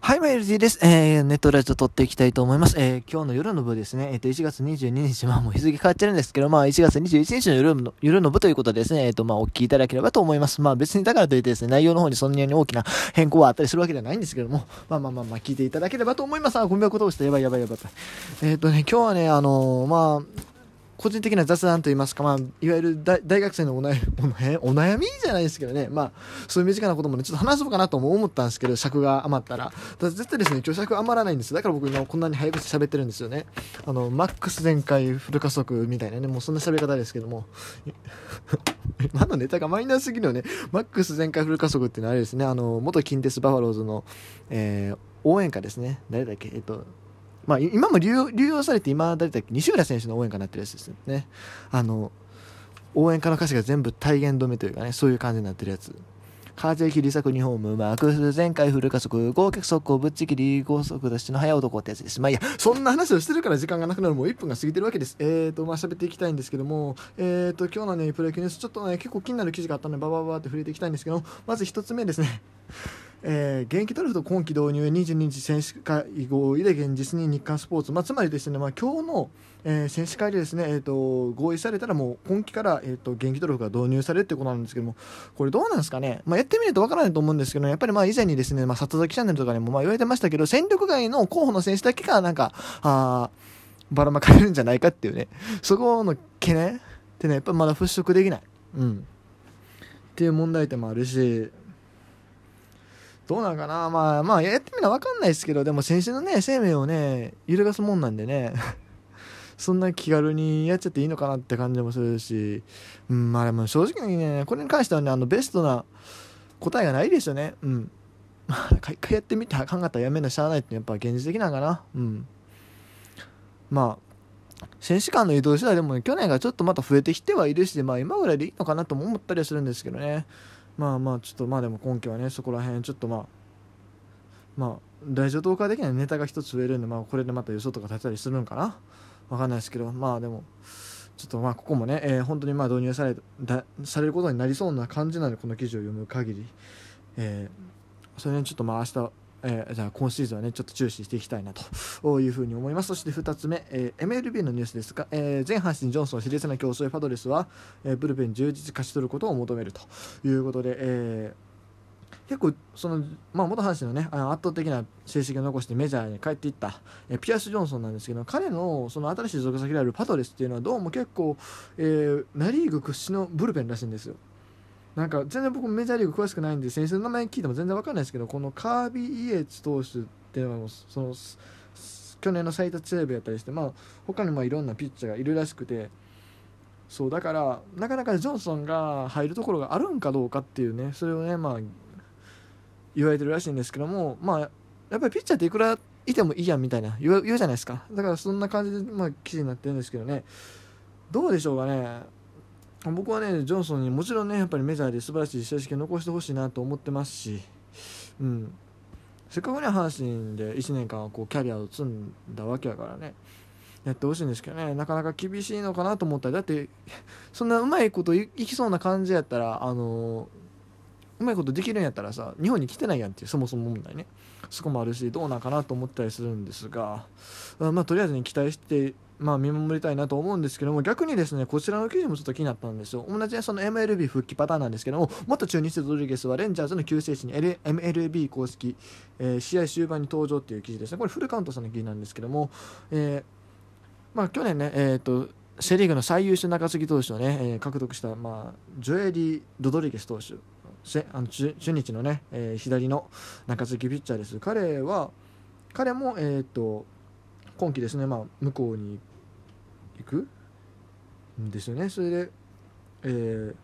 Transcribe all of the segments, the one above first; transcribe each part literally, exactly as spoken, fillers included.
はい、マイルティです。えー、ネットラジオ撮っていきたいと思います。えー、今日の夜の部ですね、えっ、と、いちがつにじゅうににち、まあもう日付変わっちゃうんですけど、まあいちがつにじゅういちにちの夜の、夜の部ということでですね、えっ、と、まあお聞きいただければと思います。まあ別にだからといってですね、内容の方にそんなに大きな変更はあったりするわけではないんですけども、まあまあまあまあ聞いていただければと思います。あ、ゴミ箱通した。やばいやばいやばい。えっ、とね、今日はね、あのー、まあ、個人的な雑談といいますか、まあ、いわゆる大大学生のお悩お悩お悩みじゃないですけどね、まあ、そういう身近なこともね、ちょっと話そうかなとも思ったんですけど、尺が余ったら。ただ絶対ですね、今日尺余らないんです。だから僕今こんなに早口喋ってるんですよね。あの、マックス全開フル加速みたいなね、もうそんな喋り方ですけども。今のネタがマイナーすぎるよね。マックス全開フル加速っていうのはあれですね、あの、元近鉄バファローズの、えー、応援歌ですね。誰だっけえっと、まあ、今も流用、流用されて今誰だっけ西浦選手の応援歌になってるやつですね。あの応援歌の歌詞が全部体言止めというかね、そういう感じになってるやつ。風切り裂く日本ムマークス全開フル加速合脚速攻ぶっちぎり高速出しの早男ってやつです。まあいいや、そんな話をしてるから時間がなくなる。もういっぷんが過ぎてるわけです。えーとまあ喋っていきたいんですけども、えーと今日のねプロ野球ニュースちょっとね結構気になる記事があったのでババババって触れていきたいんですけども、まず一つ目ですね。えー、現役ドラフト今季導入にじゅうににち選手会合意で現実に日刊スポーツ、まあ、つまりですね、まあ、今日の、えー、選手会でですね、えー、と合意されたらもう今季から、えー、と現役ドラフトが導入されるということなんですけども、これどうなんですかね、まあ、やってみるとわからないと思うんですけど、やっぱりまあ以前にですね、まあ、里崎チャンネルとかでもまあ言われてましたけど、戦力外の候補の選手だけがなんかあばらまかれるんじゃないかっていうね、そこの懸念ってねやっぱりまだ払拭できない、うん、っていう問題点もあるし、どうなんかな、まあまあやってみるのは分かんないですけど、でも選手のね生命をね揺るがすもんなんでねそんな気軽にやっちゃっていいのかなって感じもするし、うん、まあでも正直にねこれに関してはね、あのベストな答えがないですよね。うん。一回やってみて考えたらやめなしゃあないってやっぱ現実的なんかな。うん。まあ選手間の移動手段でも、ね、去年がちょっとまた増えてきてはいるし、まあ今ぐらいでいいのかなとも思ったりはするんですけどね。まあまあちょっとまあでも今季はねそこら辺ちょっとまあまあラジオ投下できないネタが一つ増えるんで、まあこれでまた予想とか立てたりするんかな、わかんないですけど、まあでもちょっとまあここもね、えー、本当にまあ導入されだされることになりそうな感じなので、この記事を読む限り、えー、それにちょっとまあ明日、えー、じゃあ今シーズンはねちょっと注視していきたいなというふうに思います。そしてふたつめ、えー、エムエルビー のニュースですが、えー、前阪神ジョンソン熾烈な競争へパドレスは、えー、ブルペン充実勝ち取ることを求めるということで、えー結構その、まあ、元阪神のねあの圧倒的な成績を残してメジャーに帰っていったえピアス・ジョンソンなんですけど、彼のその新しい属先であるパドレスっていうのはどうも結構、えー、ナ・リーグ屈指のブルペンらしいんですよ。なんか全然僕メジャーリーグ詳しくないんで選手の名前聞いても全然わかんないですけど、このカービー・イエーツ投手っていうのもその去年の最多セーブやったりして、まあ、他にもいろんなピッチャーがいるらしくて、そうだからなかなかジョンソンが入るところがあるんかどうかっていうね、それをねまあ言われてるらしいんですけども、まあやっぱりピッチャーっていくらいてもいいやんみたいな言う、言うじゃないですか。だからそんな感じで、まあ、記事になってるんですけどね、どうでしょうかね。僕はねジョンソンにもちろんねやっぱりメジャーで素晴らしい成績を残してほしいなと思ってますし、うん、せっかくね阪神でいちねんかんこうキャリアを積んだわけやからね、やってほしいんですけどね、なかなか厳しいのかなと思ったら、だってそんなうまいこといきそうな感じやったら、あのーうまいことできるんやったらさ日本に来てないやんっていうそもそも問題ね、そこもあるしどうなんかなと思ったりするんですが、まあとりあえずに期待してまあ見守りたいなと思うんですけども、逆にですねこちらの記事もちょっと気になったんですよ。同じその エムエルビー 復帰パターンなんですけども、元中日ドリゲスはレンジャーズの救世主に エムエルビー 公式、えー、試合終盤に登場っていう記事ですね。これフルカウントさんの記事なんですけども、えー、まあ去年ねえっ、ー、とセリーグの最優秀中継ぎ投手をね、えー、獲得した、まあ、ジョエリ・ロドリゲス投手、あの中日のね、えー、左の中継ぎピッチャーです。彼は彼も、えー、と今季ですね、まあ、向こうに行くんですよね。それで、えー、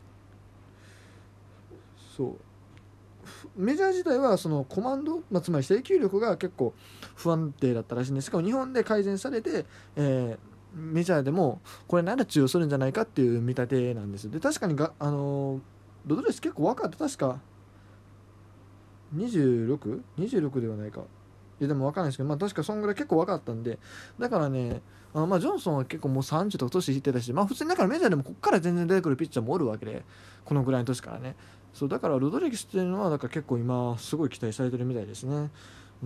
そうメジャー自体はそのコマンド、まあ、つまり制球力が結構不安定だったらしいんですが、日本で改善されて、えーメジャーでもこれなら通用するんじゃないかっていう見立てなんです。で確かにが、あのー、ロドレス結構若かった、確か にじゅうろく?にじゅうろく ではないか、いやでも分かんないですけど、まあ確かそんぐらい結構若かったんで、だからねあのまあジョンソンは結構もうさんじゅうとか年いってたし、まあ普通にだからメジャーでもここから全然出てくるピッチャーもおるわけで、このぐらいの年からね、そうだからロドリゲスっていうのはだから結構今すごい期待されてるみたいですね。 うん、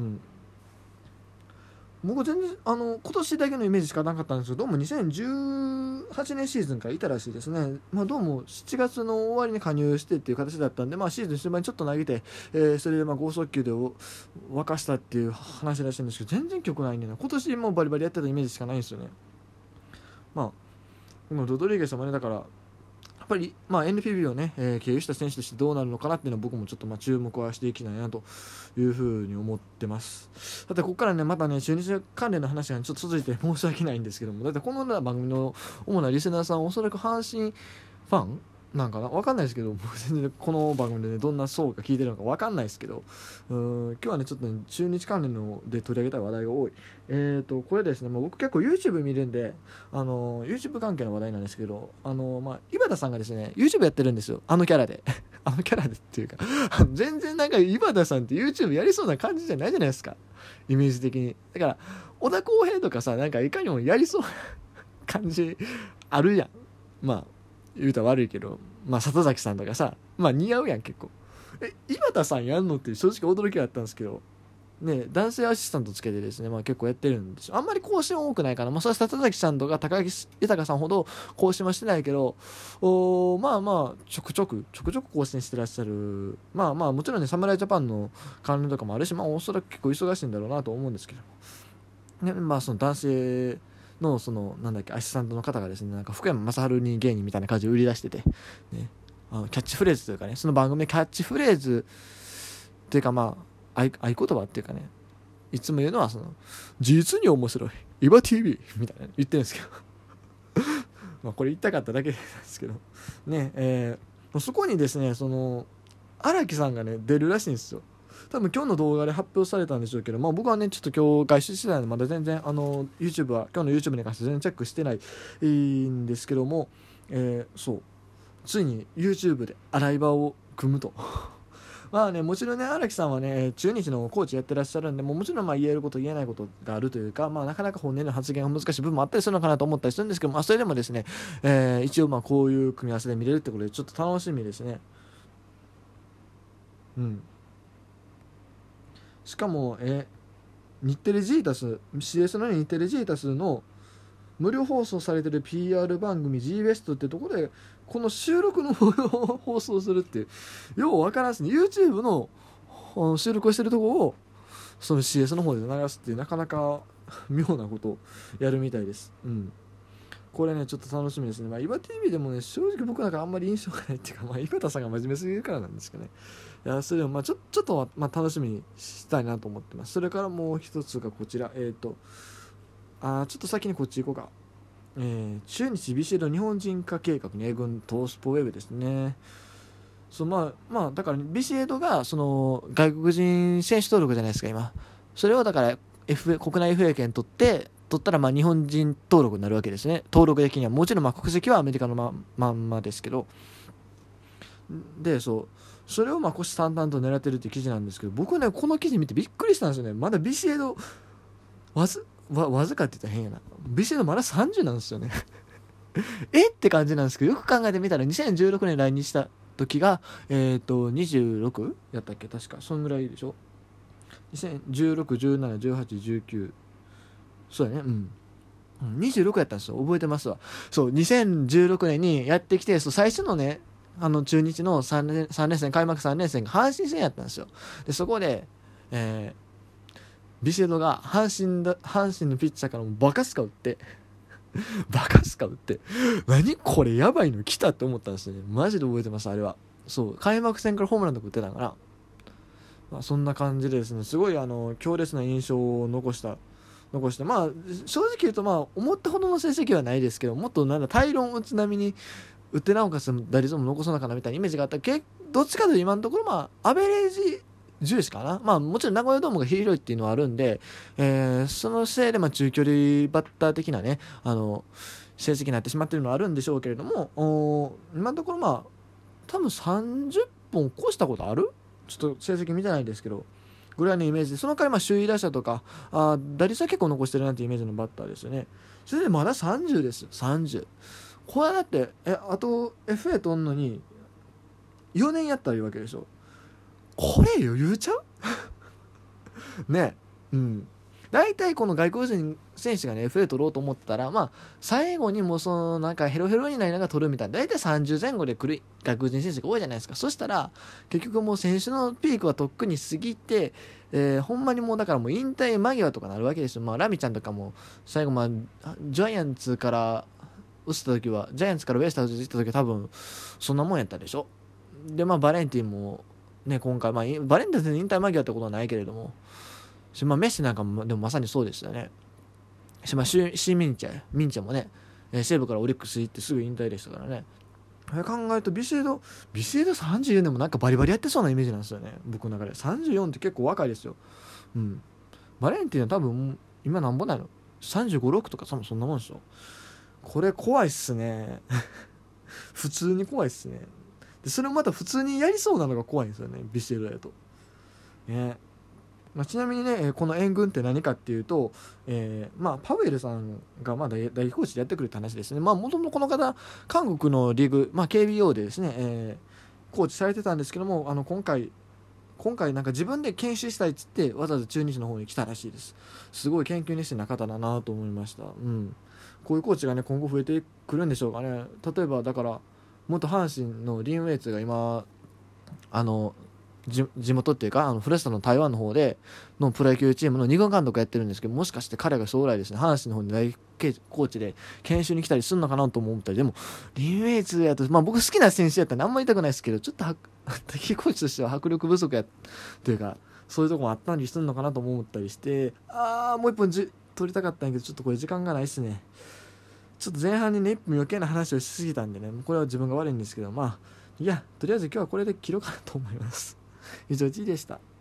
僕全然あの今年だけのイメージしかなかったんですけど、どうもにせんじゅうはちねんシーズンからいたらしいですね。まあ、どうもしちがつの終わりに加入してっていう形だったんで、まあ、シーズン終盤にちょっと投げて、えー、それでまあ剛速球で沸かしたっていう話らしいんですけど、全然曲ないんでね、今年もバリバリやってたイメージしかないんですよね。まあこのロドリゲスもね、だからやっぱり、まあ、エヌピービー をね、えー、経由した選手としてどうなるのかなっていうのは僕もちょっとまあ注目はしていきたいなというふうに思ってます。だってここからねまたね中日関連の話がちょっと続いて申し訳ないんですけども、だってこの番組の主なリスナーさんおそらく阪神ファンなんかな分かんないですけど、僕全然この番組でねどんな層が聞いてるのか分かんないですけど、うーん今日はねちょっとね中日関連ので取り上げたい話題が多い。えーとこれですね、まあ、僕結構 YouTube 見るんで、あの YouTube 関係の話題なんですけど、あのまあ井端さんがですね YouTube やってるんですよ、あのキャラであのキャラでっていうか全然なんか井端さんって YouTube やりそうな感じじゃないじゃないですか、イメージ的に。だから小田康平とかさ、なんかいかにもやりそうな感じあるやん。まあ言うたら悪いけど、まあ里崎さんとかさ、まあ似合うやん結構。え井端さんやんのって正直驚きがあったんですけどね、男性アシスタントつけてですね、まあ結構やってるんですよ。あんまり更新多くないから、まあそれは里崎さんとか高木豊さんほど更新はしてないけど、おまあまあちょくちょくちょくちょく更新してらっしゃる。まあまあもちろんね侍ジャパンの関連とかもあるし、まあおそらく結構忙しいんだろうなと思うんですけど、ね、まあその男性のそのなんだっけアシスタントの方がですね、なんか福山雅治に芸人みたいな感じで売り出してて、ね、あのキャッチフレーズというかね、その番組でキャッチフレーズっていうかまあ合言葉っていうかね、いつも言うのはその実に面白いイバ ティーブイ みたいな言ってるんですけどまあこれ言いたかっただけなんですけどね、えー、そこにですねその荒木さんがね出るらしいんですよ。多分今日の動画で発表されたんでしょうけど、まあ、僕はねちょっと今日外出してたのでまだ全然あの YouTube は今日の YouTube に関して全然チェックしてないんですけども、えー、そうついに YouTube で洗い場を組むとまあね、もちろんね荒木さんはね中日のコーチやってらっしゃるんで、もうもちろんまあ言えること言えないことがあるというか、まあ、なかなか本音の発言が難しい部分もあったりするのかなと思ったりするんですけど、まあ、それでもですね、えー、一応まあこういう組み合わせで見れるってことでちょっと楽しみですね。うんしかもえ日テレジータス シーエス の日テレジータスの無料放送されてる ピーアール 番組 G ベストってところでこの収録の放送するってようわからんすね。 YouTube の収録をしてるところをその シーエス の方で流すってなかなか妙なことをやるみたいです。うんこれねちょっと楽しみですね。まあ、イバ ティーブイ でもね正直僕なんかあんまり印象がないっていうか、まあ、井端さんが真面目すぎるからなんですけどね。いやそれでもまあちょちょっとまあ楽しみにしたいなと思ってます。それからもう一つがこちら、えっ、ー、とあちょっと先にこっち行こうか。えー、中日ビシエド日本人化計画に英軍トースポウェブですね。そうまあまあだからビシエドがその外国人選手登録じゃないですか今。それをだから F 国内 エフエー 権取って取ったらまあ日本人登録になるわけですね。登録的にはもちろんまあ国籍はアメリカの ま, まんまですけど、でそうそれをまあ虎視眈々と狙ってるっていう記事なんですけど、僕ねこの記事見てびっくりしたんですよね。まだビシエドわずわわずかって言ったら変やな、ビシエドまださんじゅうなんですよねえって感じなんですけど、よく考えてみたらにせんじゅうろくねん来日した時がえっ、ー、とにじゅうろくやったっけ、確かそんぐらいでしょ。にせんじゅうろく、じゅうなな、じゅうはち、じゅうきゅう、そうだね、うんにじゅうろくやったんですよ。覚えてますわ。そうにせんじゅうろくねんにやってきて、そう最初のねあの中日の 3, 連さん連戦開幕さん連戦が阪神戦やったんですよ。でそこで、えー、ビシエドが阪神だ阪神のピッチャーからもバカスカ打ってバカスカ打って何これやばいの来たって思ったんですよね。マジで覚えてますあれは。そう開幕戦からホームランとか打ってたから、まあ、そんな感じでですねすごいあの強烈な印象を残した残してまあ正直言うとまあ思ったほどの成績はないですけど、もっとなんだ大論打つ並みに打ってなおかつ打率も残そうなかなみたいなイメージがあったけど、どっちかというと今のところまあアベレージ重視かな。まあもちろん名古屋ドームが広いっていうのはあるんで、えー、そのせいでまあ中距離バッター的なねあの成績になってしまっているのはあるんでしょうけれども、お今のところまあ多分さんじゅっぽん越したことある？ちょっと成績見てないんですけどぐらいのイメージで、その代わりまあ首位打者とかあ打率は結構残してるなってイメージのバッターですよね。それでまださんじゅうですよ。さんじゅうこれだってえあと エフエー 取んのによねんやったらいいわけでしょ。これ余裕ちゃうね。うん。大体この外国人選手がね、エフエー 取ろうと思ったら、まあ、最後にもうその、なんかヘロヘロになりながら取るみたいな、大体さんじゅうぜん後で来る外国人選手が多いじゃないですか。そしたら、結局もう選手のピークはとっくに過ぎて、えーほんまにもうだからもう引退間際とかなるわけですよ。まあ、ラミちゃんとかも、最後まあ、ジャイアンツから移った時は、ジャイアンツからベイスターズ行った時は多分、そんなもんやったでしょ。で、まあ、バレンティンも、ね、今回、まあ、バレンティンで引退間際ってことはないけれども、しまあ、メッシなんかもでもまさにそうでしたね。しまあ、シーミンチャミンチャもね、えー西武からオリックス行ってすぐ引退でしたからね。それ考えるとビシエドビシエドさんじゅうよんでもなんかバリバリやってそうなイメージなんですよね、僕の中で。さんじゅうよんって結構若いですよ。うん。バレンティンは多分今なんぼなの、さんじゅうご、ろくとかそんなもんでしょ。これ怖いっすね普通に怖いっすね。でそれもまた普通にやりそうなのが怖いんですよね、ビシエドやとね。まあ、ちなみにね、この援軍って何かっていうと、えーまあ、パウエルさんがまあ代代表コーチでやってくれた話ですね。まあ、もともとこの方、韓国のリーグ、まあ、ケービーオー でですね、えーコーチされてたんですけども、あの今回、今回なんか自分で研修したいっつって、わざわざ中日の方に来たらしいです。すごい研究熱心な方だなと思いました。うん。こういうコーチがね、今後増えてくるんでしょうかね。例えば、だから、元阪神のリン・ウェイツが今、あの、地地元っていうかあのフレスタの台湾の方でのプロ野球チームの二軍監督やってるんですけど、もしかして彼が将来ですね、阪神の方に大コーチで研修に来たりするのかなとも思ったり。でもリン・ウェイツやと、まあ、僕好きな選手やったらあんまり言いたくないですけど、ちょっと敵コーチとしては迫力不足やというか、そういうとこもあったりするのかなとも思ったりして、ああもう一本じ取りたかったんやけど、ちょっとこれ時間がないですね。ちょっと前半にねいっぷん余計な話をしすぎたんでね、これは自分が悪いんですけど、まあいやとりあえず今日はこれで切ろうかなと思います。以上 G でした。